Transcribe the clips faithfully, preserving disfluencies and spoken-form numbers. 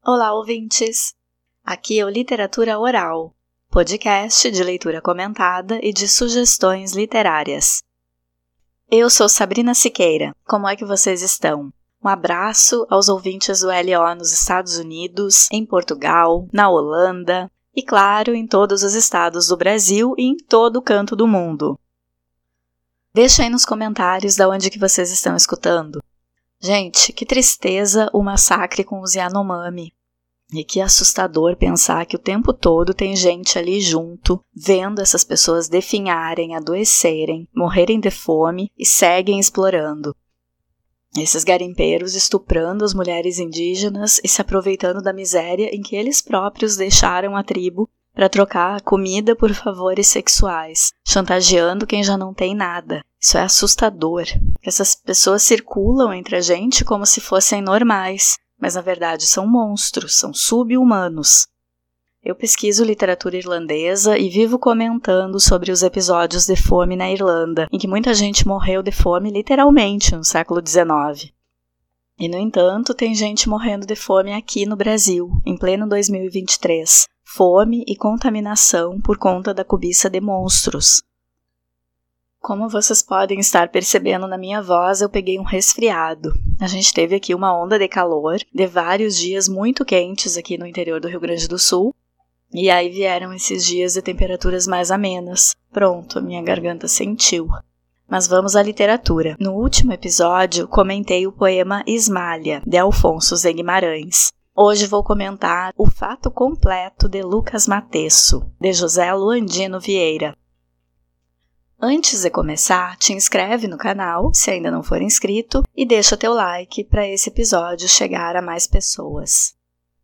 Olá, ouvintes! Aqui é o Literatura Oral, podcast de leitura comentada e de sugestões literárias. Eu sou Sabrina Siqueira. Como é que vocês estão? Um abraço aos ouvintes do L O nos Estados Unidos, em Portugal, na Holanda e, claro, em todos os estados do Brasil e em todo o canto do mundo. Deixa aí nos comentários de onde que vocês estão escutando. Gente, que tristeza o massacre com os Yanomami. E que assustador pensar que o tempo todo tem gente ali junto, vendo essas pessoas definharem, adoecerem, morrerem de fome e seguem explorando. Esses garimpeiros estuprando as mulheres indígenas e se aproveitando da miséria em que eles próprios deixaram a tribo para trocar comida por favores sexuais, chantageando quem já não tem nada. Isso é assustador. Essas pessoas circulam entre a gente como se fossem normais, mas na verdade são monstros, são sub-humanos. Eu pesquiso literatura irlandesa e vivo comentando sobre os episódios de fome na Irlanda, em que muita gente morreu de fome literalmente no século dezenove. E, no entanto, tem gente morrendo de fome aqui no Brasil, em pleno dois mil e vinte e três. Fome e contaminação por conta da cobiça de monstros. Como vocês podem estar percebendo na minha voz, eu peguei um resfriado. A gente teve aqui uma onda de calor, de vários dias muito quentes aqui no interior do Rio Grande do Sul. E aí vieram esses dias de temperaturas mais amenas. Pronto, a minha garganta sentiu. Mas vamos à literatura. No último episódio, comentei o poema Ismália, de Alfonso de Guimarães. Hoje vou comentar O Fato Completo de Lucas Matesso, de José Luandino Vieira. Antes de começar, te inscreve no canal, se ainda não for inscrito, e deixa teu like para esse episódio chegar a mais pessoas.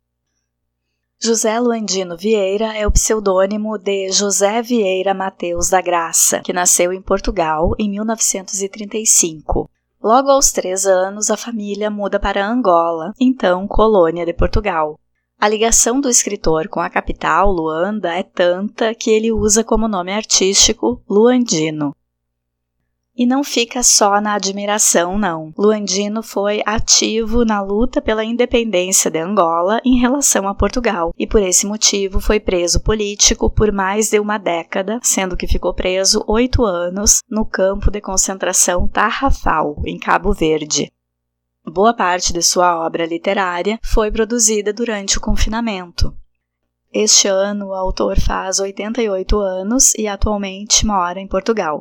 José Luandino Vieira é o pseudônimo de José Vieira Mateus da Graça, que nasceu em Portugal em mil novecentos e trinta e cinco. Logo aos três anos, a família muda para Angola, então colônia de Portugal. A ligação do escritor com a capital, Luanda, é tanta que ele usa como nome artístico Luandino. E não fica só na admiração, não. Luandino foi ativo na luta pela independência de Angola em relação a Portugal, e por esse motivo foi preso político por mais de uma década, sendo que ficou preso oito anos no campo de concentração Tarrafal, em Cabo Verde. Boa parte de sua obra literária foi produzida durante o confinamento. Este ano, o autor faz oitenta e oito anos e atualmente mora em Portugal.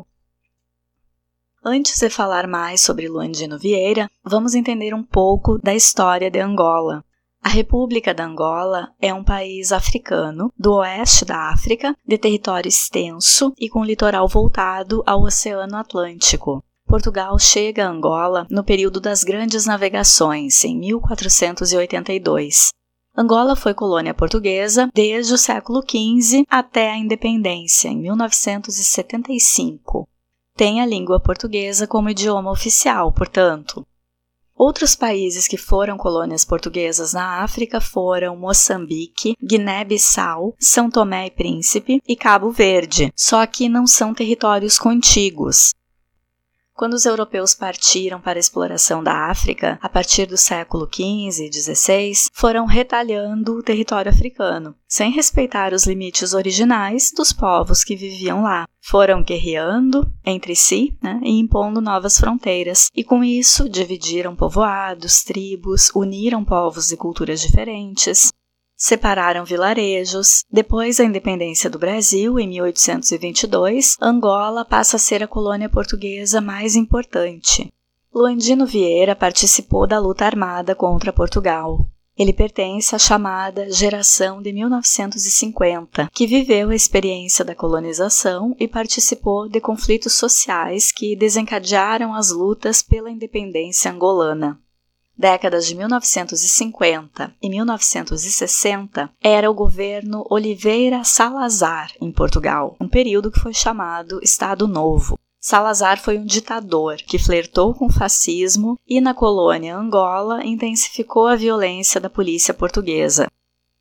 Antes de falar mais sobre Luandino Vieira, vamos entender um pouco da história de Angola. A República da Angola é um país africano, do oeste da África, de território extenso e com litoral voltado ao Oceano Atlântico. Portugal chega a Angola no período das Grandes Navegações, em mil quatrocentos e oitenta e dois. Angola foi colônia portuguesa desde o século quinze até a independência, em mil novecentos e setenta e cinco. Tem a língua portuguesa como idioma oficial, portanto. Outros países que foram colônias portuguesas na África foram Moçambique, Guiné-Bissau, São Tomé e Príncipe e Cabo Verde, só que não são territórios contíguos. Quando os europeus partiram para a exploração da África, a partir do século quinze e dezesseis, foram retalhando o território africano, sem respeitar os limites originais dos povos que viviam lá. Foram guerreando entre si, né, e impondo novas fronteiras, e com isso dividiram povoados, tribos, uniram povos de culturas diferentes, separaram vilarejos. Depois da independência do Brasil, em mil oitocentos e vinte e dois, Angola passa a ser a colônia portuguesa mais importante. Luandino Vieira participou da luta armada contra Portugal. Ele pertence à chamada geração de mil novecentos e cinquenta, que viveu a experiência da colonização e participou de conflitos sociais que desencadearam as lutas pela independência angolana. Décadas de mil novecentos e cinquenta e mil novecentos e sessenta, era o governo Oliveira Salazar em Portugal, um período que foi chamado Estado Novo. Salazar foi um ditador que flertou com o fascismo e, na colônia Angola, intensificou a violência da polícia portuguesa.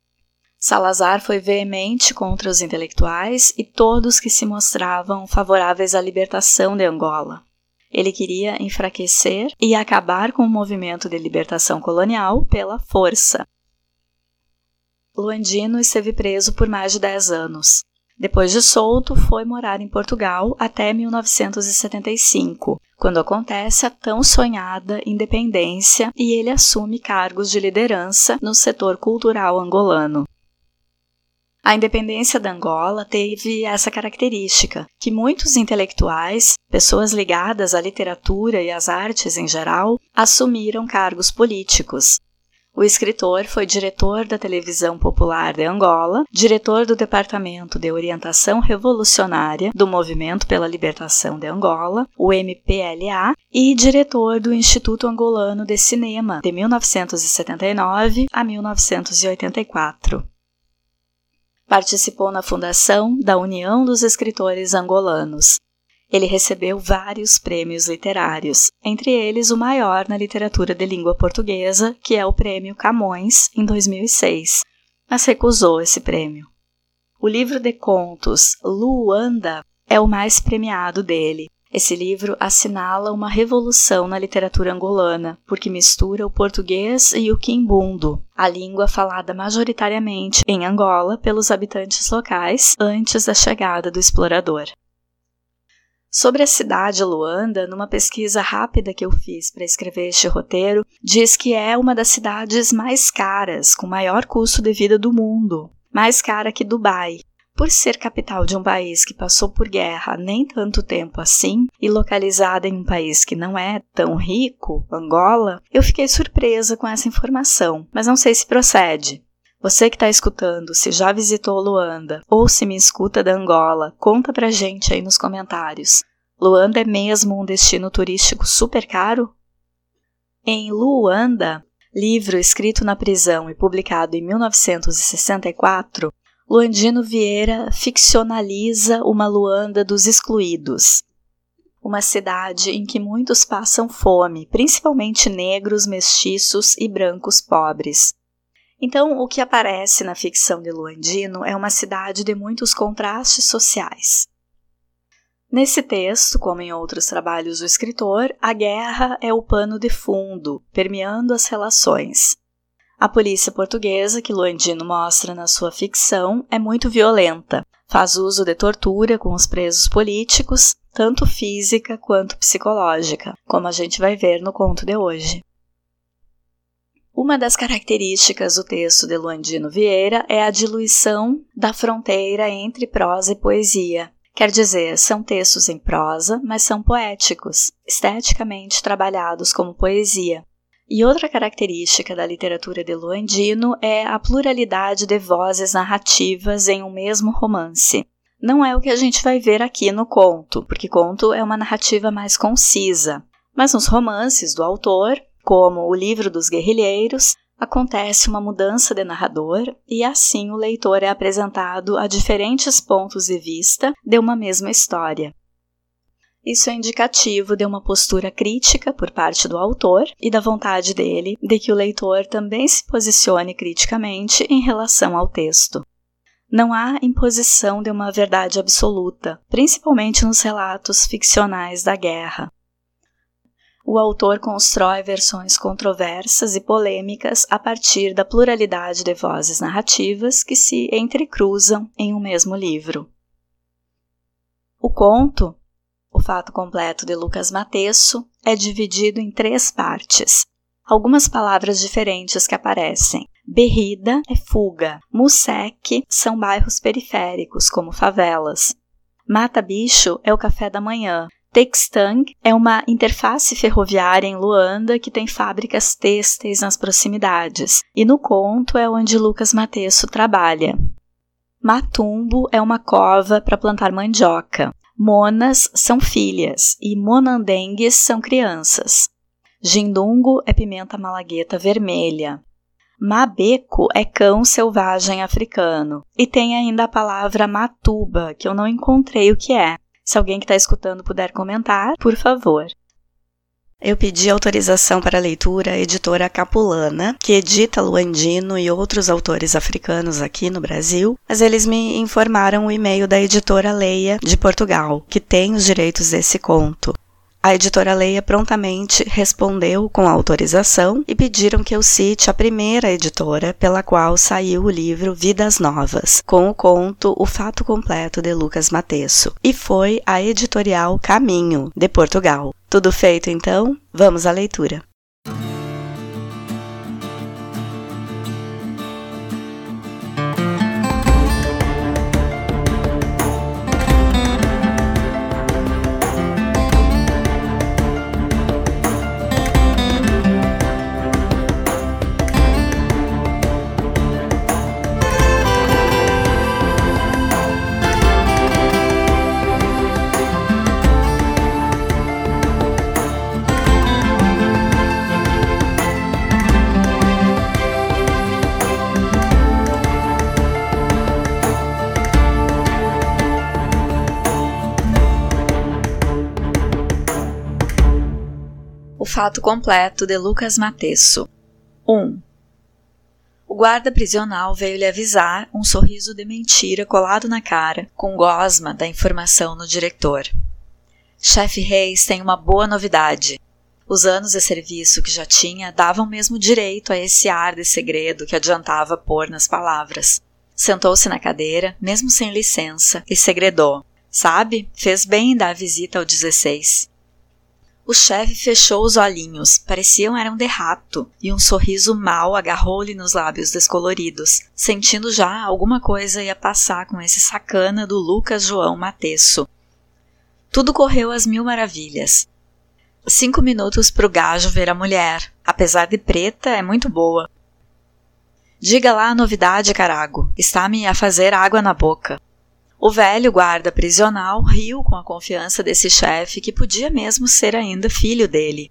Salazar foi veemente contra os intelectuais e todos que se mostravam favoráveis à libertação de Angola. Ele queria enfraquecer e acabar com o movimento de libertação colonial pela força. Luandino esteve preso por mais de dez anos. Depois de solto, foi morar em Portugal até mil novecentos e setenta e cinco, quando acontece a tão sonhada independência e ele assume cargos de liderança no setor cultural angolano. A independência da Angola teve essa característica, que muitos intelectuais, pessoas ligadas à literatura e às artes em geral, assumiram cargos políticos. O escritor foi diretor da Televisão Popular de Angola, diretor do Departamento de Orientação Revolucionária do Movimento pela Libertação de Angola, o M P L A, e diretor do Instituto Angolano de Cinema, de mil novecentos e setenta e nove a mil novecentos e oitenta e quatro. Participou na fundação da União dos Escritores Angolanos. Ele recebeu vários prêmios literários, entre eles o maior na literatura de língua portuguesa, que é o Prêmio Camões, em dois mil e seis, mas recusou esse prêmio. O livro de contos Luanda é o mais premiado dele. Esse livro assinala uma revolução na literatura angolana, porque mistura o português e o quimbundo, a língua falada majoritariamente em Angola pelos habitantes locais antes da chegada do explorador. Sobre a cidade Luanda, numa pesquisa rápida que eu fiz para escrever este roteiro, diz que é uma das cidades mais caras, com maior custo de vida do mundo, mais cara que Dubai. Por ser capital de um país que passou por guerra nem tanto tempo assim, e localizada em um país que não é tão rico, Angola, eu fiquei surpresa com essa informação, mas não sei se procede. Você que está escutando, se já visitou Luanda ou se me escuta da Angola, conta pra gente aí nos comentários. Luanda é mesmo um destino turístico super caro? Em Luanda, livro escrito na prisão e publicado em mil novecentos e sessenta e quatro, Luandino Vieira ficcionaliza uma Luanda dos excluídos. Uma cidade em que muitos passam fome, principalmente negros, mestiços e brancos pobres. Então, o que aparece na ficção de Luandino é uma cidade de muitos contrastes sociais. Nesse texto, como em outros trabalhos do escritor, a guerra é o pano de fundo, permeando as relações. A polícia portuguesa, que Luandino mostra na sua ficção, é muito violenta. Faz uso de tortura com os presos políticos, tanto física quanto psicológica, como a gente vai ver no conto de hoje. Uma das características do texto de Luandino Vieira é a diluição da fronteira entre prosa e poesia. Quer dizer, são textos em prosa, mas são poéticos, esteticamente trabalhados como poesia. E outra característica da literatura de Luandino é a pluralidade de vozes narrativas em um mesmo romance. Não é o que a gente vai ver aqui no conto, porque conto é uma narrativa mais concisa. Mas nos romances do autor, como O Livro dos Guerrilheiros, acontece uma mudança de narrador e assim o leitor é apresentado a diferentes pontos de vista de uma mesma história. Isso é indicativo de uma postura crítica por parte do autor e da vontade dele de que o leitor também se posicione criticamente em relação ao texto. Não há imposição de uma verdade absoluta, principalmente nos relatos ficcionais da guerra. O autor constrói versões controversas e polêmicas a partir da pluralidade de vozes narrativas que se entrecruzam em um mesmo livro. O conto, O Fato Completo de Lucas Matesso, é dividido em três partes. Algumas palavras diferentes que aparecem. Berrida é fuga, Museque são bairros periféricos, como favelas. Mata-bicho é o café da manhã. Textang é uma interface ferroviária em Luanda que tem fábricas têxteis nas proximidades, e no conto é onde Lucas Matesso trabalha. Matumbo é uma cova para plantar mandioca. Monas são filhas e monandengues são crianças. Jindungo é pimenta malagueta vermelha. Mabeco é cão selvagem africano. E tem ainda a palavra matuba, que eu não encontrei o que é. Se alguém que está escutando puder comentar, por favor. Eu pedi autorização para a leitura à editora Capulana, que edita Luandino e outros autores africanos aqui no Brasil, mas eles me informaram o e-mail da editora Leia de Portugal, que tem os direitos desse conto. A editora Leia prontamente respondeu com autorização e pediram que eu cite a primeira editora pela qual saiu o livro Vidas Novas, com o conto O Fato Completo de Lucas Matesso, e foi a editorial Caminho, de Portugal. Tudo feito então? Vamos à leitura. O Fato Completo de Lucas Matesso. um. O guarda prisional veio lhe avisar, um sorriso de mentira colado na cara, com gosma da informação no diretor. Chefe Reis tem uma boa novidade. Os anos de serviço que já tinha davam mesmo direito a esse ar de segredo que adiantava pôr nas palavras. Sentou-se na cadeira, mesmo sem licença, e segredou. Sabe, fez bem em dar visita ao dezesseis. O chefe fechou os olhinhos, pareciam eram de rato, e um sorriso mau agarrou-lhe nos lábios descoloridos, sentindo já alguma coisa ia passar com esse sacana do Lucas João Matesso. Tudo correu às mil maravilhas. Cinco minutos para o gajo ver a mulher. Apesar de preta, é muito boa. Diga lá a novidade, carago. Está-me a fazer água na boca. O velho guarda prisional riu com a confiança desse chefe que podia mesmo ser ainda filho dele.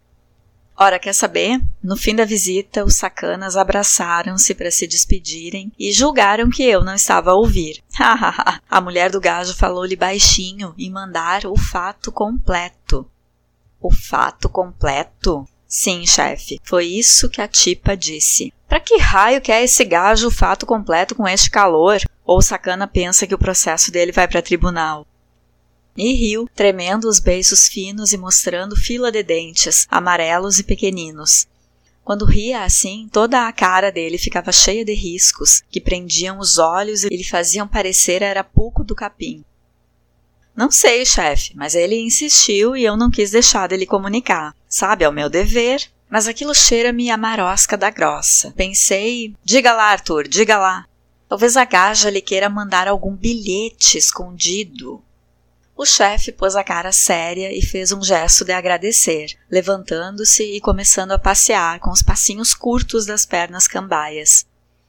Ora, quer saber? No fim da visita, os sacanas abraçaram-se para se despedirem e julgaram que eu não estava a ouvir. A mulher do gajo falou-lhe baixinho em mandar o fato completo. O fato completo? Sim, chefe, foi isso que a tipa disse. Pra que raio quer esse gajo o fato completo com este calor? Ou o sacana pensa que o processo dele vai para tribunal? E riu, tremendo os beiços finos e mostrando fila de dentes, amarelos e pequeninos. Quando ria assim, toda a cara dele ficava cheia de riscos, que prendiam os olhos e lhe faziam parecer arapuco do capim. Não sei, chefe, mas ele insistiu e eu não quis deixar de lhe comunicar. Sabe, é o meu dever. Mas aquilo cheira-me a marosca da grossa. Pensei, diga lá, Arthur, diga lá. Talvez a gaja lhe queira mandar algum bilhete escondido. O chefe pôs a cara séria e fez um gesto de agradecer, levantando-se e começando a passear com os passinhos curtos das pernas cambaias.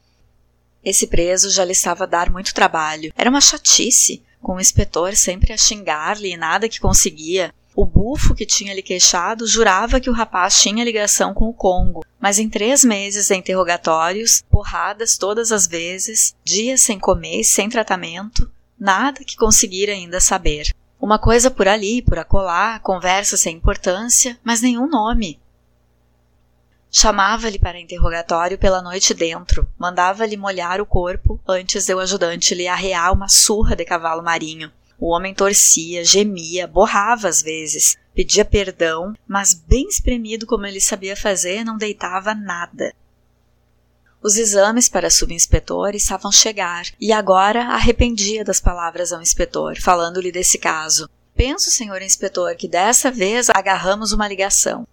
Esse preso já lhe estava a dar muito trabalho. Era uma chatice, com o inspetor sempre a xingar-lhe e nada que conseguia. O bufo que tinha lhe queixado jurava que o rapaz tinha ligação com o Congo, mas em três meses de interrogatórios, porradas todas as vezes, dias sem comer e sem tratamento, nada que conseguira ainda saber. Uma coisa por ali, por acolá, conversa sem importância, mas nenhum nome. Chamava-lhe para interrogatório pela noite dentro, mandava-lhe molhar o corpo antes de o ajudante lhe arrear uma surra de cavalo marinho. O homem torcia, gemia, borrava às vezes, pedia perdão, mas bem espremido como ele sabia fazer, não deitava nada. Os exames para subinspetor estavam a chegar, e agora arrependia das palavras ao inspetor, falando-lhe desse caso. Penso, senhor inspetor, que dessa vez agarramos uma ligação.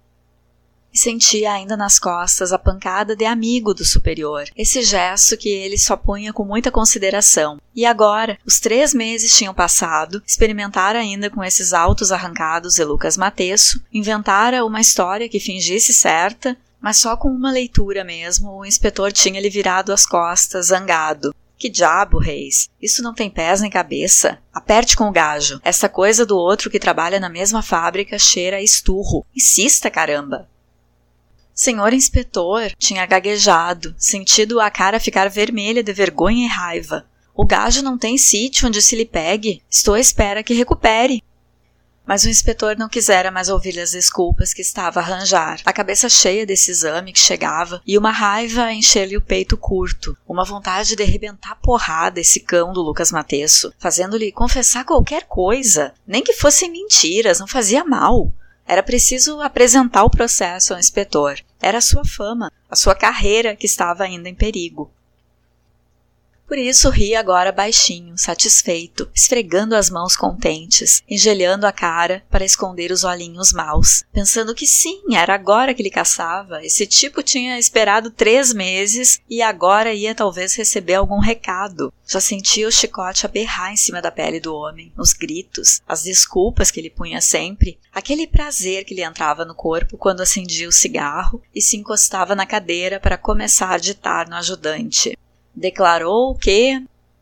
E sentia ainda nas costas a pancada de amigo do superior, esse gesto que ele só punha com muita consideração. E agora, os três meses tinham passado, experimentara ainda com esses autos arrancados de Lucas Matesso, inventara uma história que fingisse certa, mas só com uma leitura mesmo o inspetor tinha-lhe virado as costas, zangado. Que diabo, Reis? Isso não tem pés nem cabeça. Aperte com o gajo. Essa coisa do outro que trabalha na mesma fábrica cheira a esturro. Insista, caramba! Senhor inspetor, tinha gaguejado, sentido a cara ficar vermelha de vergonha e raiva. O gajo não tem sítio onde se lhe pegue. Estou à espera que recupere. Mas o inspetor não quisera mais ouvir as desculpas que estava a arranjar. A cabeça cheia desse exame que chegava e uma raiva a encher-lhe o peito curto. Uma vontade de arrebentar a porrada esse cão do Lucas Matesso, fazendo-lhe confessar qualquer coisa. Nem que fossem mentiras, não fazia mal. Era preciso apresentar o processo ao inspetor. Era a sua fama, a sua carreira que estava ainda em perigo. Por isso ria agora baixinho, satisfeito, esfregando as mãos contentes, engelhando a cara para esconder os olhinhos maus, pensando que sim, era agora que ele caçava. Esse tipo tinha esperado três meses e agora ia talvez receber algum recado. Já sentia o chicote a berrar em cima da pele do homem, os gritos, as desculpas que ele punha sempre, aquele prazer que lhe entrava no corpo quando acendia o cigarro e se encostava na cadeira para começar a ditar no ajudante. Declarou que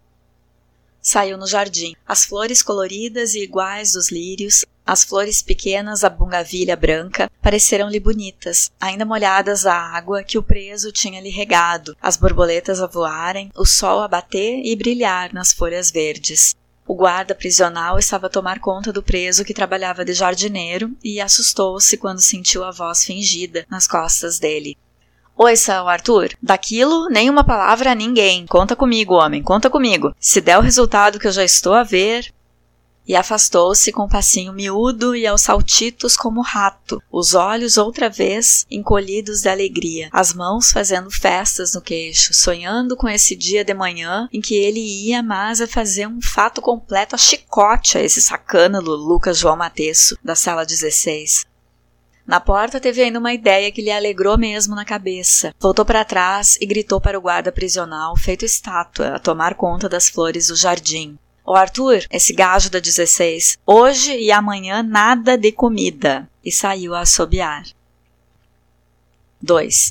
saiu no jardim. As flores coloridas e iguais dos lírios, as flores pequenas da bungavilha branca, pareceram-lhe bonitas, ainda molhadas da água que o preso tinha-lhe regado, as borboletas a voarem, o sol a bater e brilhar nas folhas verdes. O guarda prisional estava a tomar conta do preso que trabalhava de jardineiro e assustou-se quando sentiu a voz fingida nas costas dele. Oi, seu Arthur. Daquilo, nem uma palavra a ninguém. Conta comigo, homem, conta comigo. Se der o resultado que eu já estou a ver... E afastou-se com um passinho miúdo e aos saltitos como rato, os olhos outra vez encolhidos de alegria, as mãos fazendo festas no queixo, sonhando com esse dia de manhã em que ele ia mais a fazer um fato completo a chicote a esse sacana do Lucas João Matesso, da cela dezesseis. Na porta teve ainda uma ideia que lhe alegrou mesmo na cabeça. Voltou para trás e gritou para o guarda prisional, feito estátua, a tomar conta das flores do jardim. Ô Arthur, esse gajo da dezesseis, hoje e amanhã nada de comida. E saiu a assobiar. dois.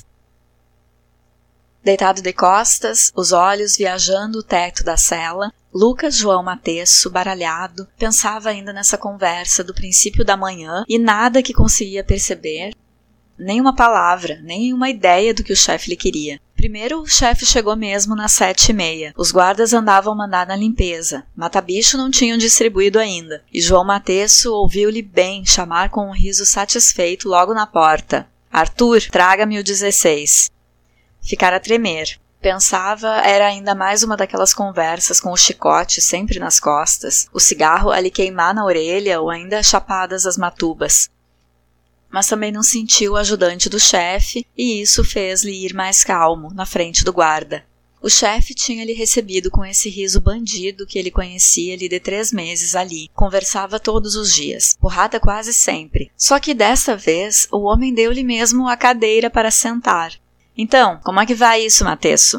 Deitado de costas, os olhos viajando o teto da cela, Lucas João Matesso, baralhado, pensava ainda nessa conversa do princípio da manhã e nada que conseguia perceber, nem uma palavra, nem uma ideia do que o chefe lhe queria. Primeiro o chefe chegou mesmo nas sete e meia. Os guardas andavam a mandar na limpeza. Mata-bicho não tinham distribuído ainda. E João Matesso ouviu-lhe bem chamar com um riso satisfeito logo na porta. Arthur, traga-me o dezesseis. Ficara a tremer. Pensava era ainda mais uma daquelas conversas com o chicote sempre nas costas, o cigarro a lhe queimar na orelha ou ainda chapadas as matubas. Mas também não sentiu o ajudante do chefe e isso fez-lhe ir mais calmo, na frente do guarda. O chefe tinha-lhe recebido com esse riso bandido que ele conhecia-lhe de três meses ali. Conversava todos os dias, porrada quase sempre. Só que desta vez o homem deu-lhe mesmo a cadeira para sentar. Então, como é que vai isso, Matesso?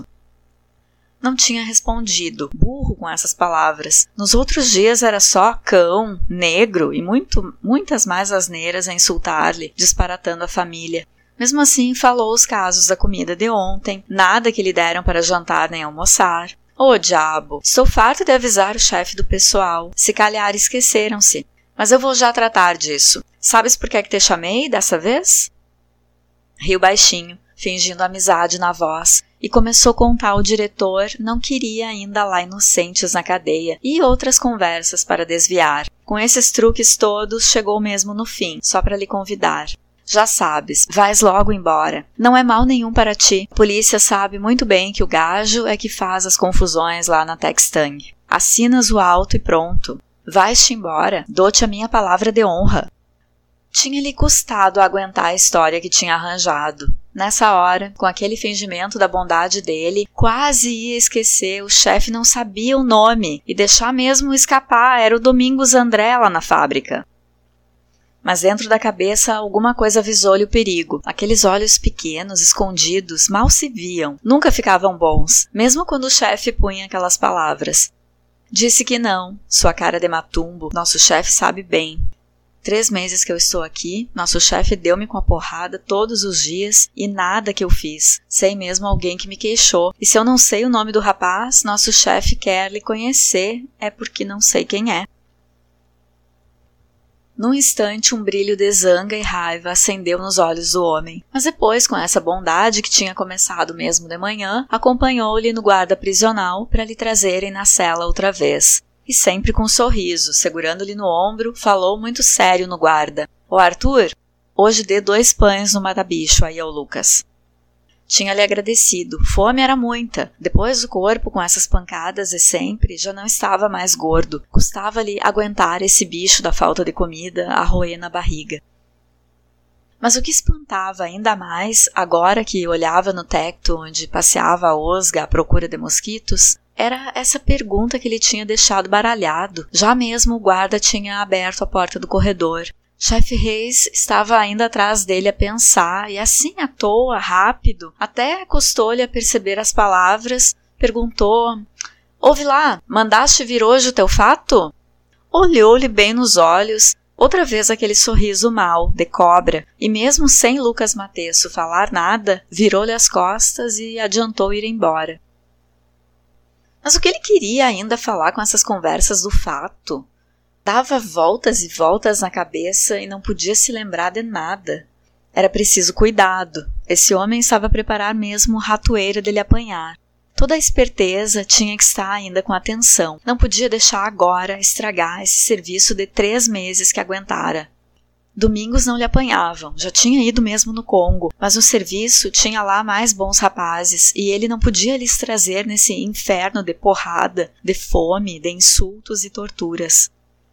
Não tinha respondido, burro com essas palavras. Nos outros dias era só cão, negro e muito, muitas mais asneiras a insultar-lhe, disparatando a família. Mesmo assim, falou os casos da comida de ontem, nada que lhe deram para jantar nem almoçar. Ô oh, diabo, estou farto de avisar o chefe do pessoal, se calhar esqueceram-se. Mas eu vou já tratar disso. Sabes por que é que te chamei dessa vez? Riu baixinho, fingindo amizade na voz, e começou a contar ao diretor não queria ainda lá inocentes na cadeia e outras conversas para desviar. Com esses truques todos, chegou mesmo no fim, só para lhe convidar. Já sabes, vais logo embora. Não é mal nenhum para ti. A polícia sabe muito bem que o gajo é que faz as confusões lá na Textang. Assinas o auto e pronto. Vais-te embora. Dou-te a minha palavra de honra. Tinha-lhe custado aguentar a história que tinha arranjado. Nessa hora, com aquele fingimento da bondade dele, quase ia esquecer, o chefe não sabia o nome e deixar mesmo escapar, era o Domingos André lá na fábrica. Mas dentro da cabeça alguma coisa avisou-lhe o perigo. Aqueles olhos pequenos, escondidos, mal se viam, nunca ficavam bons, mesmo quando o chefe punha aquelas palavras. Disse que não, sua cara de matumbo, nosso chefe sabe bem. Três meses que eu estou aqui, nosso chefe deu-me com a porrada todos os dias e nada que eu fiz. Sei mesmo alguém que me queixou. E se eu não sei o nome do rapaz, nosso chefe quer lhe conhecer, é porque não sei quem é. Num instante, um brilho de zanga e raiva acendeu nos olhos do homem. Mas depois, com essa bondade que tinha começado mesmo de manhã, acompanhou-lhe no guarda prisional para lhe trazerem na cela outra vez. e sempre com um sorriso, segurando-lhe no ombro, falou muito sério no guarda. Ô Arthur, hoje dê dois pães no mata-bicho aí ao Lucas. Tinha-lhe agradecido, fome era muita, depois o corpo com essas pancadas e sempre já não estava mais gordo, custava-lhe aguentar esse bicho da falta de comida a roer na barriga. Mas o que espantava ainda mais, agora que olhava no tecto onde passeava a osga à procura de mosquitos, era essa pergunta que ele tinha deixado baralhado, já mesmo o guarda tinha aberto a porta do corredor. Chefe Reis estava ainda atrás dele a pensar, e assim à toa, rápido, até custou-lhe a perceber as palavras, perguntou: Ouve lá, mandaste vir hoje o teu fato? Olhou-lhe bem nos olhos, outra vez aquele sorriso mau, de cobra, e mesmo sem Lucas Matesso falar nada, virou-lhe as costas e adiantou ir embora. Mas o que ele queria ainda falar com essas conversas do fato? Dava voltas e voltas na cabeça e não podia se lembrar de nada. Era preciso cuidado. Esse homem estava a preparar mesmo ratoeira dele apanhar. Toda a esperteza tinha que estar ainda com atenção. Não podia deixar agora estragar esse serviço de três meses que aguentara. Domingos não lhe apanhavam, já tinha ido mesmo no Congo, mas o serviço tinha lá mais bons rapazes e ele não podia lhes trazer nesse inferno de porrada, de fome, de insultos e torturas.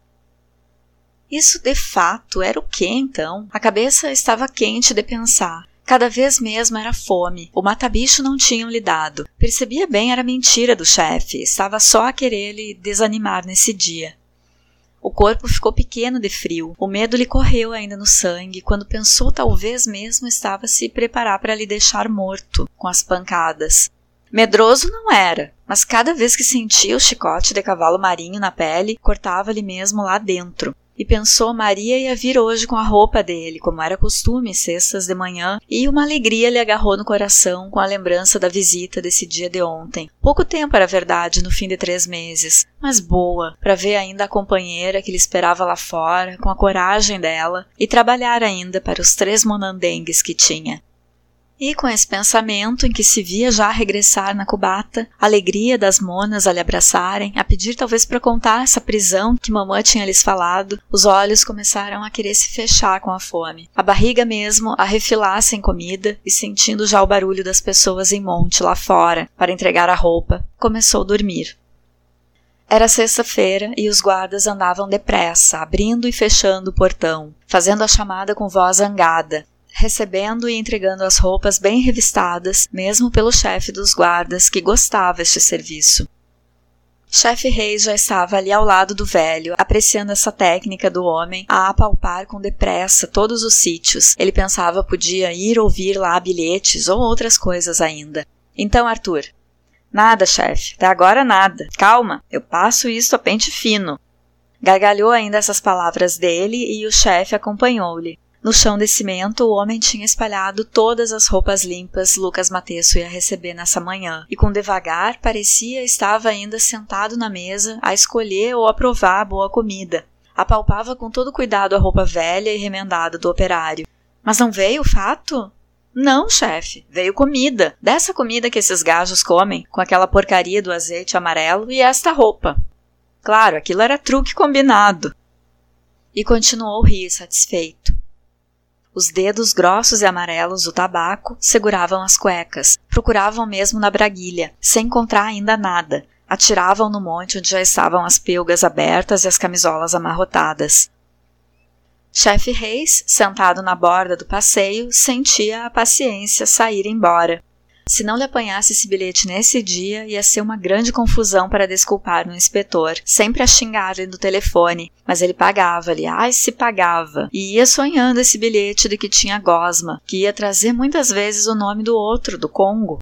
Isso de fato era o quê, então? A cabeça estava quente de pensar. Cada vez mesmo era fome. O mata-bicho não tinham lhe dado. Percebia bem era mentira do chefe. Estava só a querer lhe desanimar nesse dia. O corpo ficou pequeno de frio. O medo lhe correu ainda no sangue, quando pensou talvez mesmo estava a se preparar para lhe deixar morto, com as pancadas. Medroso não era, mas cada vez que sentia o chicote de cavalo marinho na pele, cortava-lhe mesmo lá dentro. E pensou Maria ia vir hoje com a roupa dele, como era costume, sextas de manhã, e uma alegria lhe agarrou no coração com a lembrança da visita desse dia de ontem. Pouco tempo era verdade, no fim de três meses, mas boa, para ver ainda a companheira que lhe esperava lá fora, com a coragem dela, e trabalhar ainda para os três monandengues que tinha. E com esse pensamento em que se via já regressar na cubata, a alegria das monas a lhe abraçarem, a pedir talvez para contar essa prisão que mamã tinha lhes falado, os olhos começaram a querer se fechar com a fome. A barriga mesmo a refilar sem comida e sentindo já o barulho das pessoas em monte lá fora para entregar a roupa, começou a dormir. Era sexta-feira e os guardas andavam depressa, abrindo e fechando o portão, fazendo a chamada com voz zangada, recebendo e entregando as roupas bem revistadas, mesmo pelo chefe dos guardas, que gostava este serviço. Chefe Reis já estava ali ao lado do velho, apreciando essa técnica do homem a apalpar com depressa todos os sítios. Ele pensava podia ir ouvir lá bilhetes ou outras coisas ainda. Então, Arthur. Nada, chefe, até agora nada. Calma, eu passo isto a pente fino. Gargalhou ainda essas palavras dele e o chefe acompanhou-lhe. No chão de cimento, o homem tinha espalhado todas as roupas limpas Lucas Matesso ia receber nessa manhã, e com devagar parecia estava ainda sentado na mesa a escolher ou a provar a boa comida. Apalpava com todo cuidado a roupa velha e remendada do operário. Mas não veio o fato? Não, chefe, veio comida. Dessa comida que esses gajos comem, com aquela porcaria do azeite amarelo e esta roupa. Claro, aquilo era truque combinado. E continuou a rir, satisfeito. Os dedos grossos e amarelos do tabaco seguravam as cuecas, procuravam mesmo na braguilha, sem encontrar ainda nada. Atiravam no monte onde já estavam as pelgas abertas e as camisolas amarrotadas. Chefe Reis, sentado na borda do passeio, sentia a paciência sair embora. Se não lhe apanhasse esse bilhete nesse dia, ia ser uma grande confusão para desculpar no inspetor, sempre a xingar-lhe no telefone, mas ele pagava-lhe, ai se pagava, e ia sonhando esse bilhete de que tinha gosma, que ia trazer muitas vezes o nome do outro, do Congo.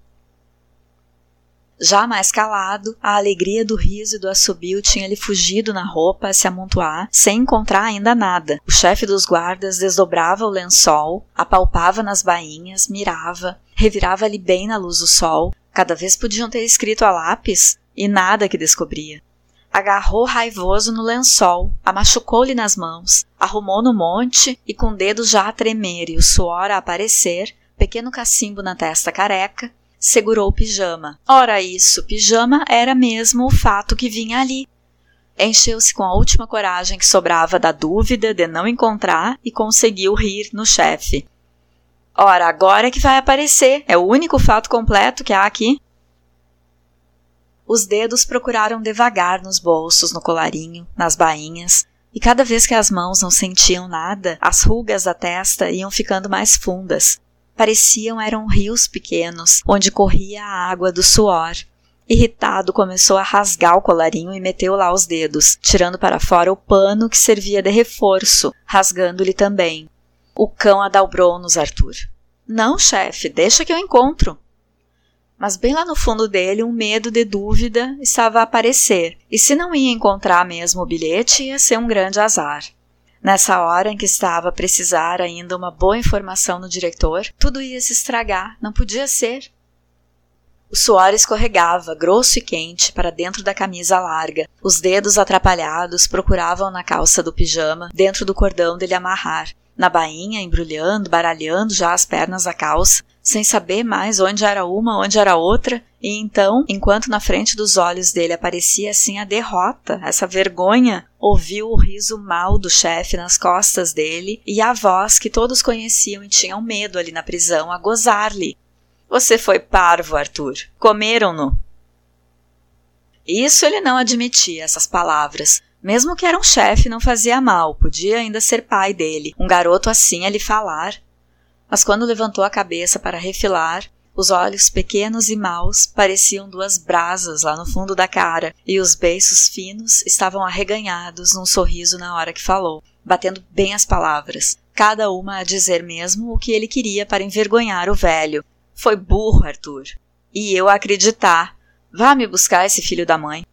Já mais calado, a alegria do riso e do assobio tinha-lhe fugido na roupa a se amontoar, sem encontrar ainda nada. O chefe dos guardas desdobrava o lençol, apalpava nas bainhas, mirava, revirava-lhe bem na luz do sol. Cada vez podiam ter escrito a lápis, e nada que descobria. Agarrou raivoso no lençol, a machucou-lhe nas mãos, arrumou no monte e com dedos já a tremer e o suor a aparecer, pequeno cacimbo na testa careca, segurou o pijama. Ora isso, pijama era mesmo o fato que vinha ali. Encheu-se com a última coragem que sobrava da dúvida de não encontrar e conseguiu rir no chefe. Ora, agora é que vai aparecer. É o único fato completo que há aqui. Os dedos procuraram devagar nos bolsos, no colarinho, nas bainhas, e cada vez que as mãos não sentiam nada, as rugas da testa iam ficando mais fundas. Pareciam eram rios pequenos, onde corria a água do suor. Irritado, começou a rasgar o colarinho e meteu lá os dedos, tirando para fora o pano que servia de reforço, rasgando-lhe também. O cão adalbrou-nos, Arthur. Não, chefe, deixa que eu encontro. Mas bem lá no fundo dele, um medo de dúvida estava a aparecer, e se não ia encontrar mesmo o bilhete, ia ser um grande azar. Nessa hora em que estava a precisar ainda uma boa informação no diretor, tudo ia se estragar, não podia ser. O suor escorregava, grosso e quente, para dentro da camisa larga. Os dedos atrapalhados procuravam na calça do pijama, dentro do cordão dele amarrar. Na bainha, embrulhando, baralhando já as pernas da calça, sem saber mais onde era uma, onde era outra, e então, enquanto na frente dos olhos dele aparecia assim a derrota, essa vergonha, ouviu o riso mau do chefe nas costas dele e a voz que todos conheciam e tinham medo ali na prisão a gozar-lhe. Você foi parvo, Arthur. Comeram-no. Isso ele não admitia, essas palavras. Mesmo que era um chefe, não fazia mal, podia ainda ser pai dele, um garoto assim a lhe falar. Mas quando levantou a cabeça para refilar, os olhos pequenos e maus pareciam duas brasas lá no fundo da cara, e os beiços finos estavam arreganhados num sorriso na hora que falou, batendo bem as palavras, cada uma a dizer mesmo o que ele queria para envergonhar o velho. Foi burro, Arthur. E eu a acreditar. Vá me buscar esse filho da mãe.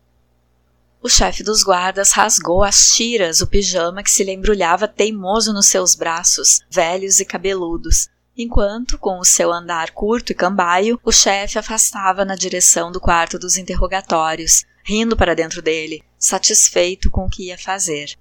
O chefe dos guardas rasgou às tiras o pijama que se lhe embrulhava teimoso nos seus braços, velhos e cabeludos, enquanto, com o seu andar curto e cambaio, o chefe afastava na direção do quarto dos interrogatórios, rindo para dentro dele, satisfeito com o que ia fazer.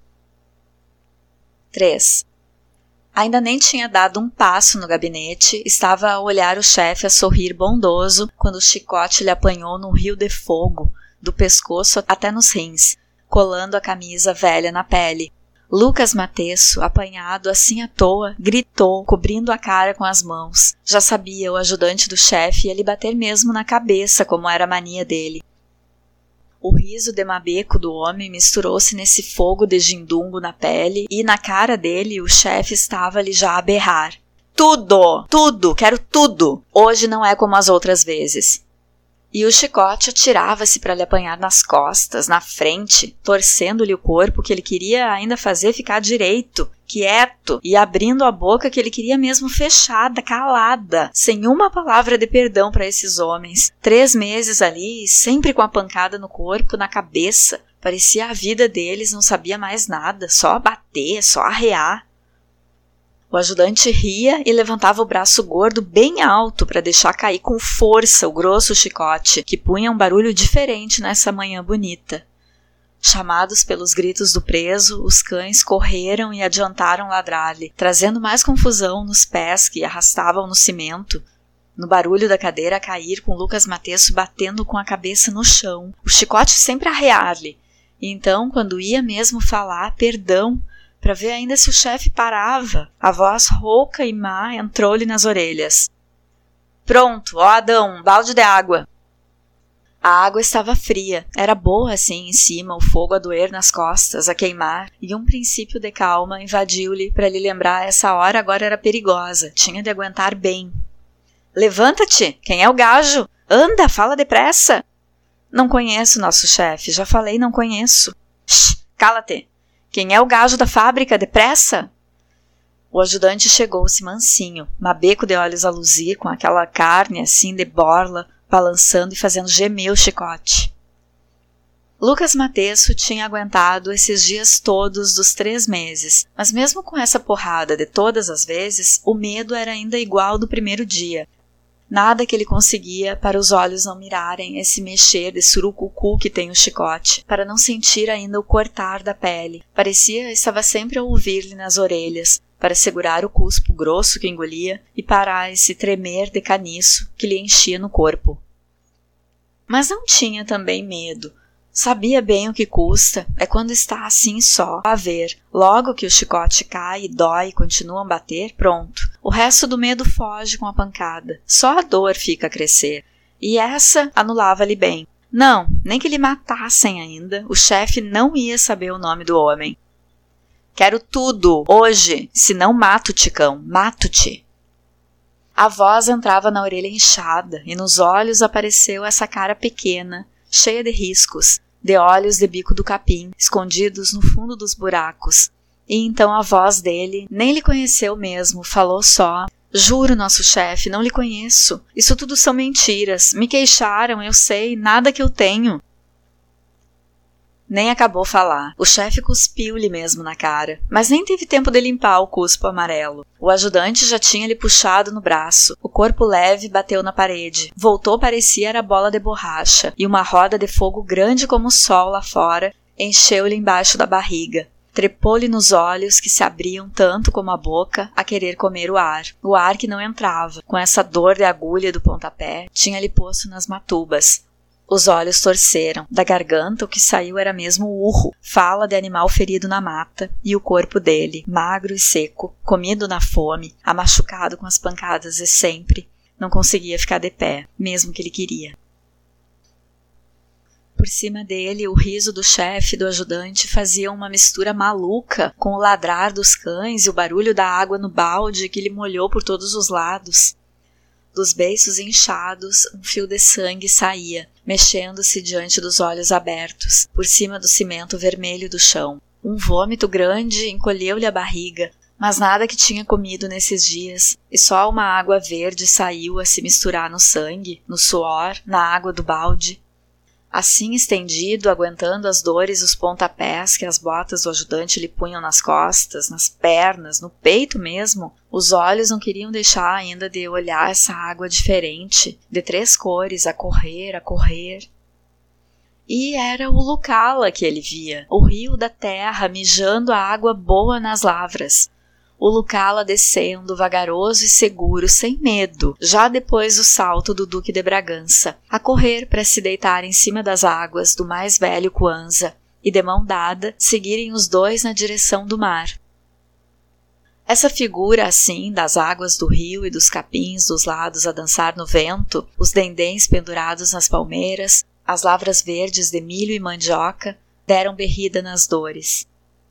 três. Ainda nem tinha dado um passo no gabinete, estava a olhar o chefe a sorrir bondoso quando o chicote lhe apanhou num rio de fogo, do pescoço até nos rins, colando a camisa velha na pele. Lucas Matesso, apanhado assim à toa, gritou, cobrindo a cara com as mãos. Já sabia, o ajudante do chefe ia lhe bater mesmo na cabeça, como era a mania dele. O riso de mabeco do homem misturou-se nesse fogo de gindungo na pele e na cara dele o chefe estava-lhe já a berrar. Tudo! Tudo! Quero tudo! Hoje não é como as outras vezes. E o chicote atirava-se para lhe apanhar nas costas, na frente, torcendo-lhe o corpo que ele queria ainda fazer ficar direito, quieto, e abrindo a boca que ele queria mesmo fechada, calada, sem uma palavra de perdão para esses homens. Três meses ali, sempre com a pancada no corpo, na cabeça. Parecia a vida deles, não sabia mais nada, só bater, só arrear. O ajudante ria e levantava o braço gordo bem alto para deixar cair com força o grosso chicote, que punha um barulho diferente nessa manhã bonita. Chamados pelos gritos do preso, os cães correram e adiantaram ladrar-lhe, trazendo mais confusão nos pés que arrastavam no cimento, no barulho da cadeira a cair com Lucas Matesso batendo com a cabeça no chão, o chicote sempre a arrear-lhe. E então, quando ia mesmo falar perdão, para ver ainda se o chefe parava, a voz rouca e má entrou-lhe nas orelhas. Pronto, ó Adão, um balde de água. A água estava fria, era boa assim em cima, o fogo a doer nas costas, a queimar, e um princípio de calma invadiu-lhe para lhe lembrar essa hora agora era perigosa, tinha de aguentar bem. Levanta-te, quem é o gajo? Anda, fala depressa. Não conheço nosso chefe, já falei, não conheço. Shh, cala-te. Quem é o gajo da fábrica? Depressa! O ajudante chegou-se mansinho, mabeco de olhos a luzir, com aquela carne assim de borla, balançando e fazendo gemer o chicote. Lucas Matesso tinha aguentado esses dias todos dos três meses, mas mesmo com essa porrada de todas as vezes, o medo era ainda igual do primeiro dia. Nada que ele conseguia para os olhos não mirarem esse mexer de surucucu que tem o chicote, para não sentir ainda o cortar da pele. Parecia estava sempre a ouvir-lhe nas orelhas, para segurar o cuspo grosso que engolia e parar esse tremer de caniço que lhe enchia no corpo. Mas não tinha também medo. Sabia bem o que custa, é quando está assim só, a ver. Logo que o chicote cai e dói e continuam a bater, pronto. O resto do medo foge com a pancada. Só a dor fica a crescer. E essa anulava-lhe bem. Não, nem que lhe matassem ainda, o chefe não ia saber o nome do homem. Quero tudo, hoje, se não mato-te, cão, mato-te. A voz entrava na orelha inchada e nos olhos apareceu essa cara pequena, cheia de riscos, de olhos de bico do capim, escondidos no fundo dos buracos. E então a voz dele nem lhe conheceu mesmo, falou só: juro, nosso chefe, não lhe conheço. Isso tudo são mentiras. Me queixaram, eu sei, nada que eu tenho. Nem acabou falar. O chefe cuspiu-lhe mesmo na cara, mas nem teve tempo de limpar o cuspo amarelo. O ajudante já tinha-lhe puxado no braço. O corpo leve bateu na parede. Voltou, parecia era bola de borracha, e uma roda de fogo grande como o sol lá fora encheu-lhe embaixo da barriga. Trepou-lhe nos olhos, que se abriam tanto como a boca, a querer comer o ar. O ar que não entrava, com essa dor de agulha do pontapé, tinha-lhe posto nas matubas. Os olhos torceram. Da garganta o que saiu era mesmo o urro, fala de animal ferido na mata, e o corpo dele, magro e seco, comido na fome, amachucado com as pancadas de sempre, não conseguia ficar de pé, mesmo que ele queria. Por cima dele, o riso do chefe e do ajudante fazia uma mistura maluca com o ladrar dos cães e o barulho da água no balde que lhe molhou por todos os lados. Dos beiços inchados, um fio de sangue saía, mexendo-se diante dos olhos abertos, por cima do cimento vermelho do chão. Um vômito grande encolheu-lhe a barriga, mas nada que tinha comido nesses dias, e só uma água verde saiu a se misturar no sangue, no suor, na água do balde. Assim estendido, aguentando as dores e os pontapés que as botas do ajudante lhe punham nas costas, nas pernas, no peito mesmo, os olhos não queriam deixar ainda de olhar essa água diferente, de três cores, a correr, a correr. E era o Lucala que ele via, o rio da terra mijando a água boa nas lavras. O Lucala descendo, vagaroso e seguro, sem medo, já depois do salto do Duque de Bragança, a correr para se deitar em cima das águas do mais velho Kwanza, e de mão dada, seguirem os dois na direção do mar. Essa figura assim, das águas do rio e dos capins dos lados a dançar no vento, os dendéns pendurados nas palmeiras, as lavras verdes de milho e mandioca, deram berrida nas dores.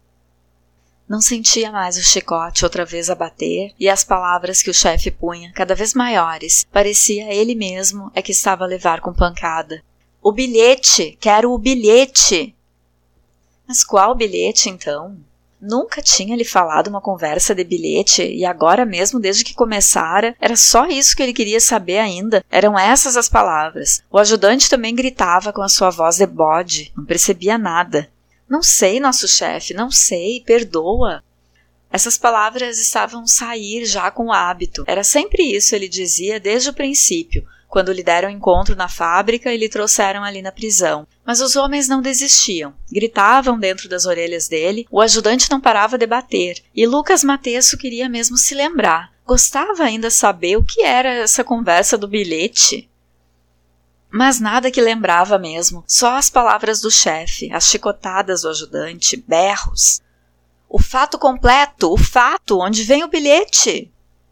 Não sentia mais o chicote outra vez a bater e as palavras que o chefe punha, cada vez maiores. Parecia ele mesmo é que estava a levar com pancada. O bilhete! Quero o bilhete! Mas qual bilhete, então? Nunca tinha lhe falado uma conversa de bilhete e agora mesmo, desde que começara, era só isso que ele queria saber ainda. Eram essas as palavras. O ajudante também gritava com a sua voz de bode. Não percebia nada. Não sei, nosso chefe, não sei, perdoa. Essas palavras estavam a sair já com o hábito. Era sempre isso, ele dizia desde o princípio, quando lhe deram encontro na fábrica e lhe trouxeram ali na prisão. Mas os homens não desistiam. Gritavam dentro das orelhas dele, o ajudante não parava de bater. E Lucas Matesso queria mesmo se lembrar. Gostava ainda saber o que era essa conversa do bilhete. Mas nada que lembrava mesmo, só as palavras do chefe, as chicotadas do ajudante, berros. O fato completo, o fato, onde vem o bilhete?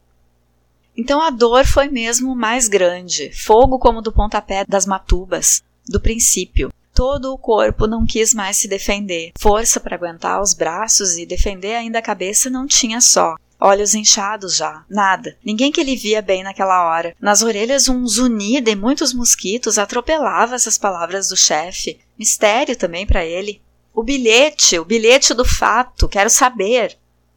Então a dor foi mesmo mais grande, fogo como do pontapé das matubas, do princípio. Todo o corpo não quis mais se defender, força para aguentar os braços e defender ainda a cabeça não tinha só. Olhos inchados já, nada. Ninguém que ele via bem naquela hora. Nas orelhas um zunir de muitos mosquitos atropelava essas palavras do chefe. Mistério também para ele. O bilhete, o bilhete do fato, quero saber.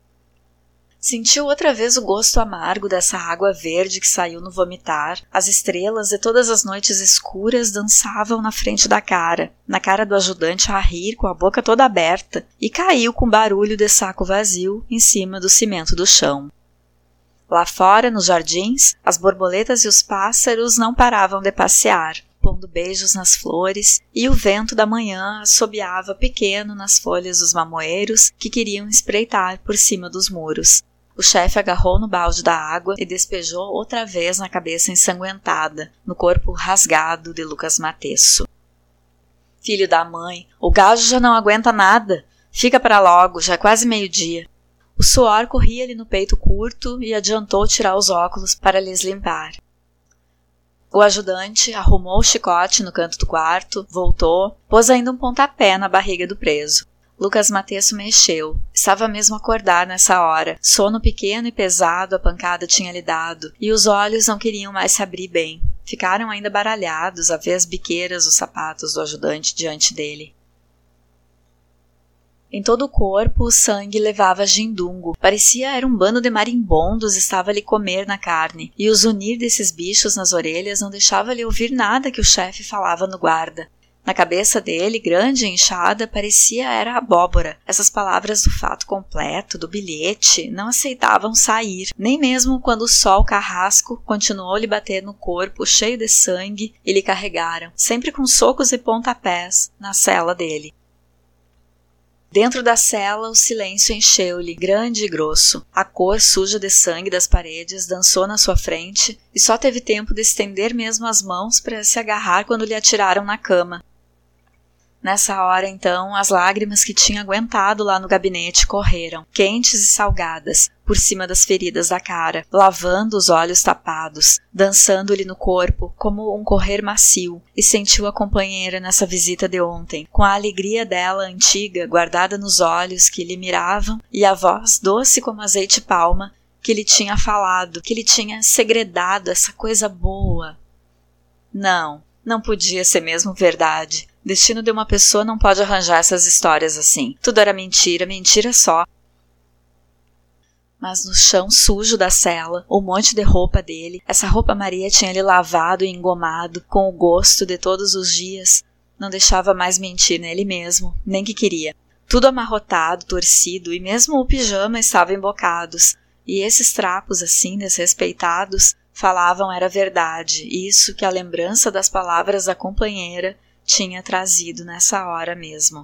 Sentiu outra vez o gosto amargo dessa água verde que saiu no vomitar. As estrelas de todas as noites escuras dançavam na frente da cara, na cara do ajudante a rir com a boca toda aberta, e caiu com barulho de saco vazio em cima do cimento do chão. Lá fora, nos jardins, as borboletas e os pássaros não paravam de passear, pondo beijos nas flores, e o vento da manhã assobiava pequeno nas folhas dos mamoeiros que queriam espreitar por cima dos muros. O chefe agarrou no balde da água e despejou outra vez na cabeça ensanguentada, no corpo rasgado de Lucas Matesso. Filho da mãe, o gajo já não aguenta nada. Fica para logo, já é quase meio-dia. O suor corria-lhe no peito curto e adiantou tirar os óculos para lhes limpar. O ajudante arrumou o chicote no canto do quarto, voltou, pôs ainda um pontapé na barriga do preso. Lucas Matesso mexeu. Estava mesmo a acordar nessa hora. Sono pequeno e pesado a pancada tinha lhe dado, e os olhos não queriam mais se abrir bem. Ficaram ainda baralhados a ver as biqueiras dos sapatos do ajudante diante dele. Em todo o corpo o sangue levava gindungo. Parecia era um bando de marimbondos estava lhe comer na carne, e o zunir desses bichos nas orelhas não deixava-lhe ouvir nada que o chefe falava no guarda. Na cabeça dele, grande e inchada, parecia era abóbora. Essas palavras do fato completo, do bilhete, não aceitavam sair, nem mesmo quando o sol carrasco continuou lhe bater no corpo, cheio de sangue, e lhe carregaram, sempre com socos e pontapés, na cela dele. Dentro da cela, o silêncio encheu-lhe, grande e grosso. A cor suja de sangue das paredes dançou na sua frente, e só teve tempo de estender mesmo as mãos para se agarrar quando lhe atiraram na cama. Nessa hora, então, as lágrimas que tinha aguentado lá no gabinete correram, quentes e salgadas, por cima das feridas da cara, lavando os olhos tapados, dançando-lhe no corpo como um correr macio, e sentiu a companheira nessa visita de ontem, com a alegria dela antiga guardada nos olhos que lhe miravam e a voz doce como azeite palma que lhe tinha falado, que lhe tinha segredado essa coisa boa. Não, não podia ser mesmo verdade. Destino de uma pessoa não pode arranjar essas histórias assim. Tudo era mentira, mentira só. Mas no chão sujo da cela, o monte de roupa dele, essa roupa Maria tinha lhe lavado e engomado com o gosto de todos os dias, não deixava mais mentir nele mesmo, nem que queria. Tudo amarrotado, torcido, e mesmo o pijama estava embocados, e esses trapos assim desrespeitados falavam era verdade, isso que a lembrança das palavras da companheira tinha trazido nessa hora mesmo.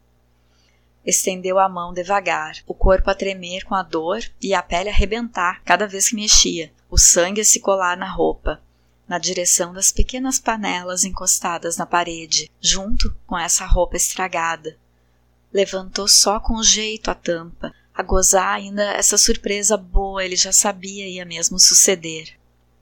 Estendeu a mão devagar, o corpo a tremer com a dor e a pele a arrebentar cada vez que mexia, o sangue a se colar na roupa, na direção das pequenas panelas encostadas na parede, junto com essa roupa estragada. Levantou só com jeito a tampa, a gozar ainda essa surpresa boa, ele já sabia ia mesmo suceder.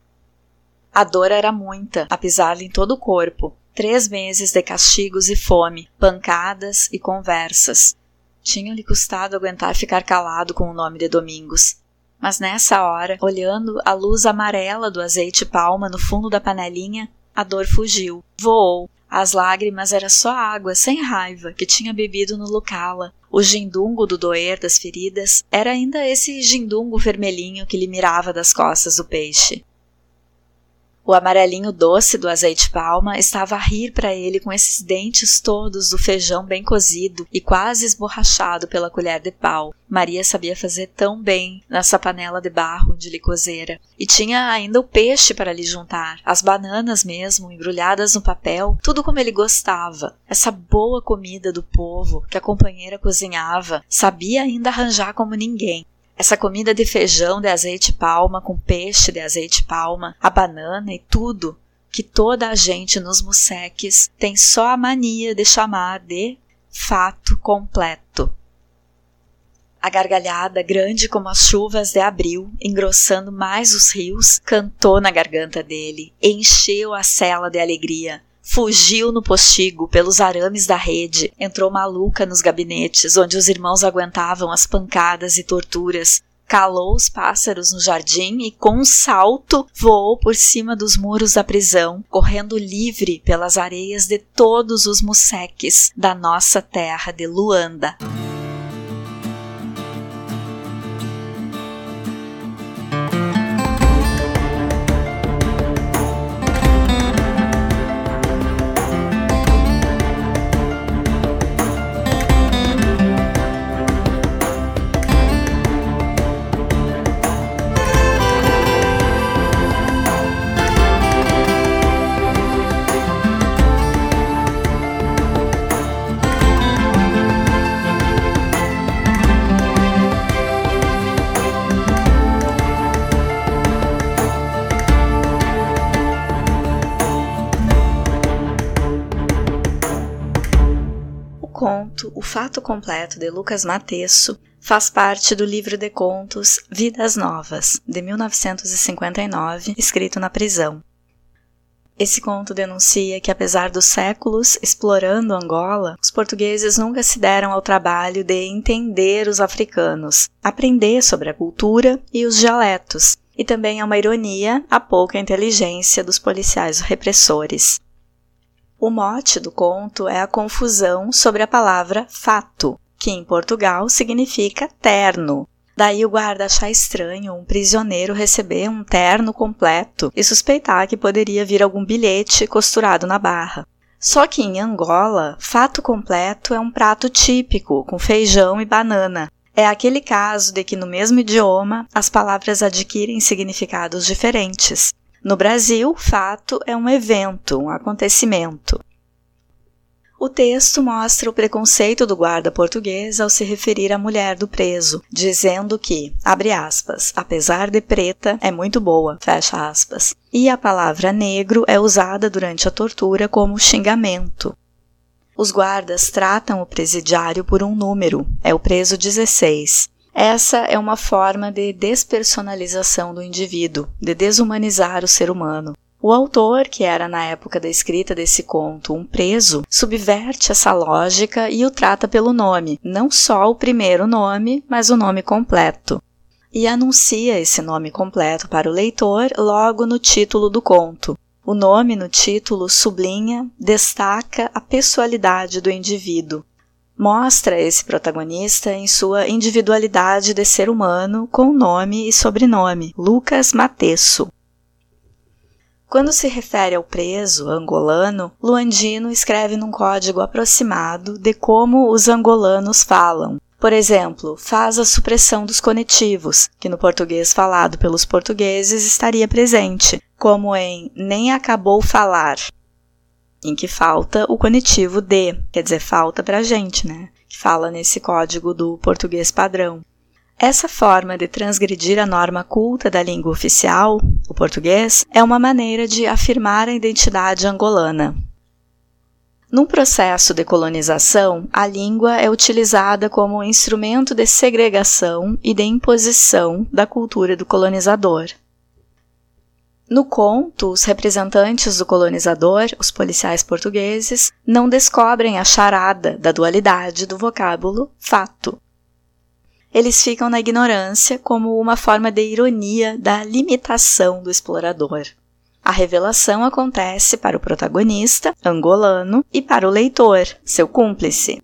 A dor era muita, a pisar-lhe em todo o corpo. Três meses de castigos e fome, pancadas e conversas. Tinha-lhe custado aguentar ficar calado com o nome de Domingos. Mas nessa hora, olhando a luz amarela do azeite palma no fundo da panelinha, a dor fugiu, voou. As lágrimas era só água, sem raiva, que tinha bebido no Lucala. O gindungo do doer das feridas era ainda esse gindungo vermelhinho que lhe mirava das costas do peixe. O amarelinho doce do azeite palma estava a rir para ele com esses dentes todos do feijão bem cozido e quase esborrachado pela colher de pau. Maria sabia fazer tão bem nessa panela de barro de lhe cozera. E tinha ainda o peixe para lhe juntar, as bananas mesmo, embrulhadas no papel, tudo como ele gostava. Essa boa comida do povo que a companheira cozinhava, sabia ainda arranjar como ninguém. Essa comida de feijão de azeite palma com peixe de azeite palma, a banana e tudo que toda a gente nos museques tem só a mania de chamar de fato completo. A gargalhada, grande como as chuvas de abril, engrossando mais os rios, cantou na garganta dele, encheu a cela de alegria. Fugiu no postigo pelos arames da rede, entrou maluca nos gabinetes onde os irmãos aguentavam as pancadas e torturas, calou os pássaros no jardim e com um salto voou por cima dos muros da prisão, correndo livre pelas areias de todos os museques da nossa terra de Luanda. conto O Fato Completo de Lucas Matesso faz parte do livro de contos Vidas Novas, de mil novecentos e cinquenta e nove, escrito na prisão. Esse conto denuncia que, apesar dos séculos explorando Angola, os portugueses nunca se deram ao trabalho de entender os africanos, aprender sobre a cultura e os dialetos, e também é uma ironia a pouca inteligência dos policiais repressores. O mote do conto é a confusão sobre a palavra fato, que em Portugal significa terno. Daí o guarda achar estranho um prisioneiro receber um terno completo e suspeitar que poderia vir algum bilhete costurado na barra. Só que em Angola, fato completo é um prato típico, com feijão e banana. É aquele caso de que no mesmo idioma as palavras adquirem significados diferentes. No Brasil, fato é um evento, um acontecimento. O texto mostra o preconceito do guarda português ao se referir à mulher do preso, dizendo que, abre aspas, apesar de preta, é muito boa, fecha aspas. E a palavra negro é usada durante a tortura como xingamento. Os guardas tratam o presidiário por um número, é o preso dezesseis. Essa é uma forma de despersonalização do indivíduo, de desumanizar o ser humano. O autor, que era na época da escrita desse conto um preso, subverte essa lógica e o trata pelo nome, não só o primeiro nome, mas o nome completo. E anuncia esse nome completo para o leitor logo no título do conto. O nome no título sublinha, destaca a pessoalidade do indivíduo. Mostra esse protagonista em sua individualidade de ser humano com nome e sobrenome, Lucas Matesso. Quando se refere ao preso angolano, Luandino escreve num código aproximado de como os angolanos falam. Por exemplo, faz a supressão dos conetivos, que no português falado pelos portugueses estaria presente, como em nem acabou falar, em que falta o conectivo de, quer dizer, falta pra gente, né? Que fala nesse código do português padrão. Essa forma de transgredir a norma culta da língua oficial, o português, é uma maneira de afirmar a identidade angolana. Num processo de colonização, a língua é utilizada como instrumento de segregação e de imposição da cultura do colonizador. No conto, os representantes do colonizador, os policiais portugueses, não descobrem a charada da dualidade do vocábulo fato. Eles ficam na ignorância como uma forma de ironia da limitação do explorador. A revelação acontece para o protagonista, angolano, e para o leitor, seu cúmplice.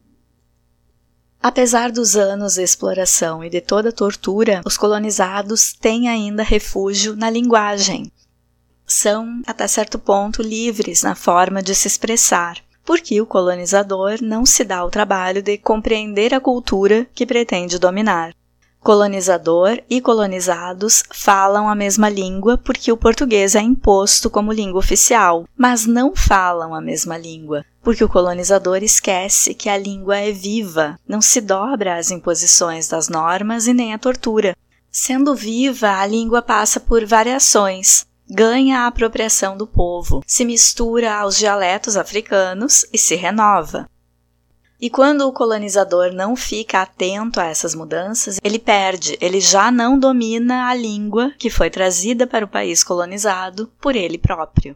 Apesar dos anos de exploração e de toda a tortura, os colonizados têm ainda refúgio na linguagem. São, até certo ponto, livres na forma de se expressar, porque o colonizador não se dá o trabalho de compreender a cultura que pretende dominar. Colonizador e colonizados falam a mesma língua porque o português é imposto como língua oficial, mas não falam a mesma língua, porque o colonizador esquece que a língua é viva, não se dobra às imposições das normas e nem à tortura. Sendo viva, a língua passa por variações, ganha a apropriação do povo, se mistura aos dialetos africanos e se renova. E quando o colonizador não fica atento a essas mudanças, ele perde, ele já não domina a língua que foi trazida para o país colonizado por ele próprio.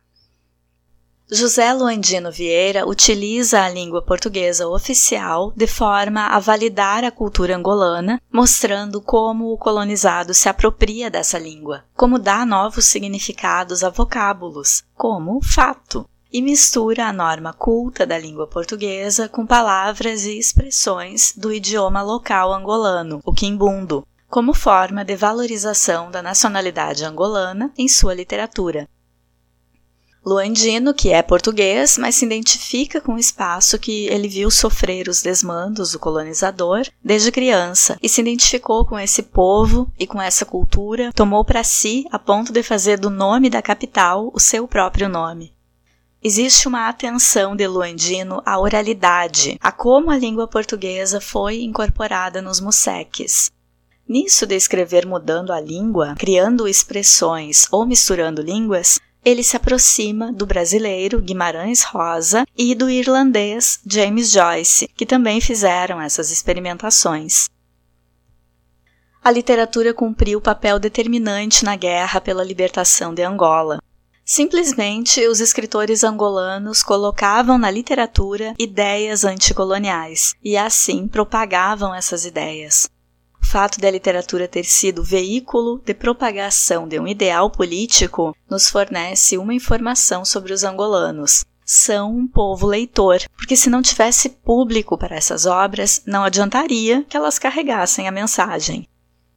José Luandino Vieira utiliza a língua portuguesa oficial de forma a validar a cultura angolana, mostrando como o colonizado se apropria dessa língua, como dá novos significados a vocábulos, como fato, e mistura a norma culta da língua portuguesa com palavras e expressões do idioma local angolano, o quimbundo, como forma de valorização da nacionalidade angolana em sua literatura. Luandino, que é português, mas se identifica com o espaço que ele viu sofrer os desmandos do colonizador desde criança e se identificou com esse povo e com essa cultura, tomou para si a ponto de fazer do nome da capital o seu próprio nome. Existe uma atenção de Luandino à oralidade, a como a língua portuguesa foi incorporada nos museques. Nisso de escrever mudando a língua, criando expressões ou misturando línguas, ele se aproxima do brasileiro Guimarães Rosa e do irlandês James Joyce, que também fizeram essas experimentações. A literatura cumpriu papel determinante na guerra pela libertação de Angola. Simplesmente, os escritores angolanos colocavam na literatura ideias anticoloniais e assim propagavam essas ideias. O fato da literatura ter sido veículo de propagação de um ideal político nos fornece uma informação sobre os angolanos. São um povo leitor, porque se não tivesse público para essas obras, não adiantaria que elas carregassem a mensagem.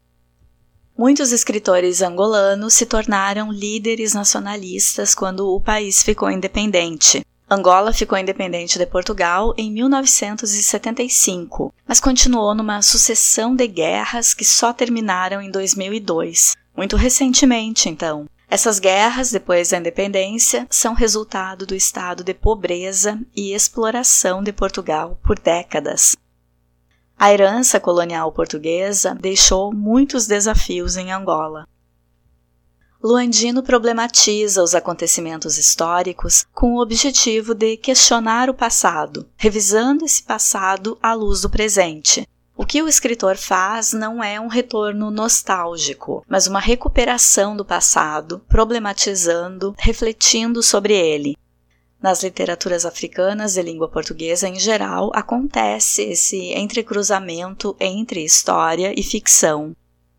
Muitos escritores angolanos se tornaram líderes nacionalistas quando o país ficou independente. Angola ficou independente de Portugal em mil novecentos e setenta e cinco, mas continuou numa sucessão de guerras que só terminaram em dois mil e dois, muito recentemente então. Essas guerras, depois da independência, são resultado do estado de pobreza e exploração de Portugal por décadas. A herança colonial portuguesa deixou muitos desafios em Angola. Luandino problematiza os acontecimentos históricos com o objetivo de questionar o passado, revisando esse passado à luz do presente. O que o escritor faz não é um retorno nostálgico, mas uma recuperação do passado, problematizando, refletindo sobre ele. Nas literaturas africanas de língua portuguesa em geral, acontece esse entrecruzamento entre história e ficção.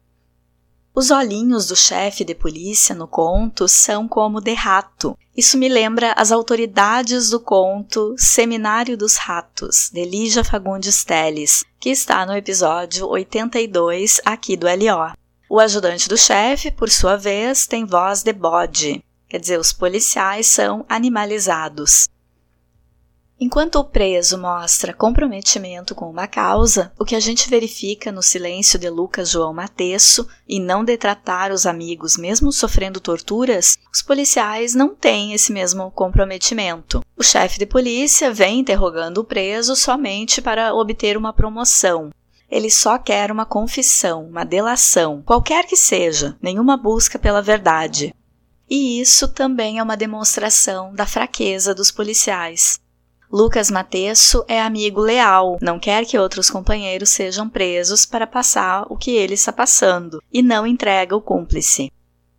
Os olhinhos do chefe de polícia no conto são como de rato. Isso me lembra as autoridades do conto Seminário dos Ratos, de Lígia Fagundes Telles, que está no episódio oitenta e dois aqui do L O. O ajudante do chefe, por sua vez, tem voz de bode. Quer dizer, os policiais são animalizados. Enquanto o preso mostra comprometimento com uma causa, o que a gente verifica no silêncio de Lucas João Matesso e não de tratar os amigos mesmo sofrendo torturas, os policiais não têm esse mesmo comprometimento. O chefe de polícia vem interrogando o preso somente para obter uma promoção. Ele só quer uma confissão, uma delação, qualquer que seja, nenhuma busca pela verdade. E isso também é uma demonstração da fraqueza dos policiais. Lucas Matesso é amigo leal, não quer que outros companheiros sejam presos para passar o que ele está passando, e não entrega o cúmplice.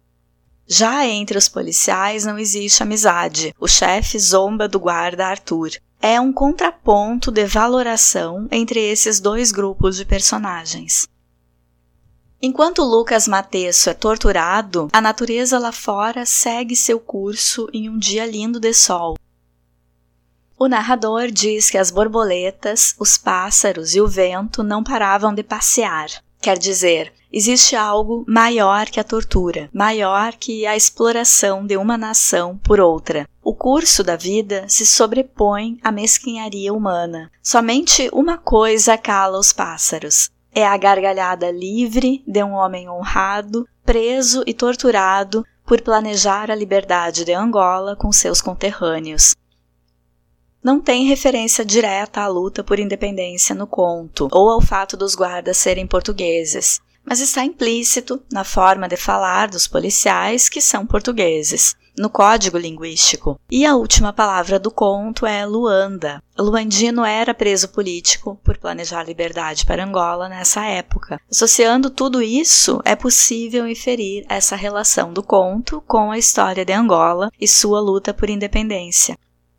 Já entre os policiais não existe amizade. O chefe zomba do guarda Arthur. É um contraponto de valoração entre esses dois grupos de personagens. Enquanto Lucas Matesso é torturado, a natureza lá fora segue seu curso em um dia lindo de sol. O narrador diz que as borboletas, os pássaros e o vento não paravam de passear. Quer dizer, existe algo maior que a tortura, maior que a exploração de uma nação por outra. O curso da vida se sobrepõe à mesquinharia humana. Somente uma coisa cala os pássaros. É a gargalhada livre de um homem honrado, preso e torturado por planejar a liberdade de Angola com seus conterrâneos. Não tem referência direta à luta por independência no conto, ou ao fato dos guardas serem portugueses, mas está implícito na forma de falar dos policiais que são portugueses, no código linguístico. E a última palavra do conto é Luanda. Luandino era preso político por planejar a liberdade para Angola nessa época. Associando tudo isso, é possível inferir essa relação do conto com a história de Angola e sua luta por independência.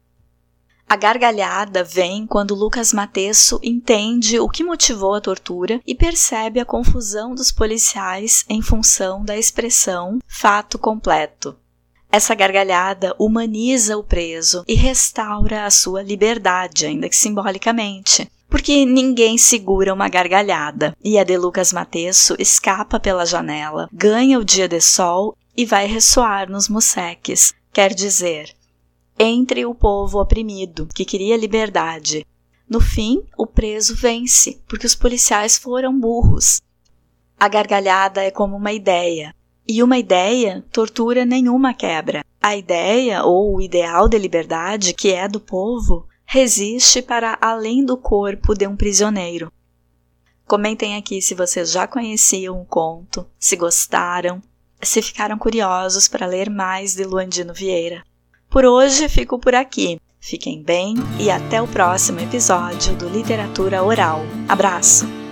A gargalhada vem quando Lucas Matesso entende o que motivou a tortura e percebe a confusão dos policiais em função da expressão fato completo. Essa gargalhada humaniza o preso e restaura a sua liberdade, ainda que simbolicamente, porque ninguém segura uma gargalhada, e a de Lucas Matesso escapa pela janela, ganha o dia de sol e vai ressoar nos moceques, quer dizer, entre o povo oprimido, que queria liberdade. No fim, o preso vence, porque os policiais foram burros. A gargalhada é como uma ideia. E uma ideia, tortura nenhuma quebra. A ideia, ou o ideal de liberdade, que é do povo, resiste para além do corpo de um prisioneiro. Comentem aqui se vocês já conheciam o conto, se gostaram. se ficaram curiosos para ler mais de Luandino Vieira. Por hoje fico por aqui. Fiquem bem e até o próximo episódio do Literatura Oral. Abraço!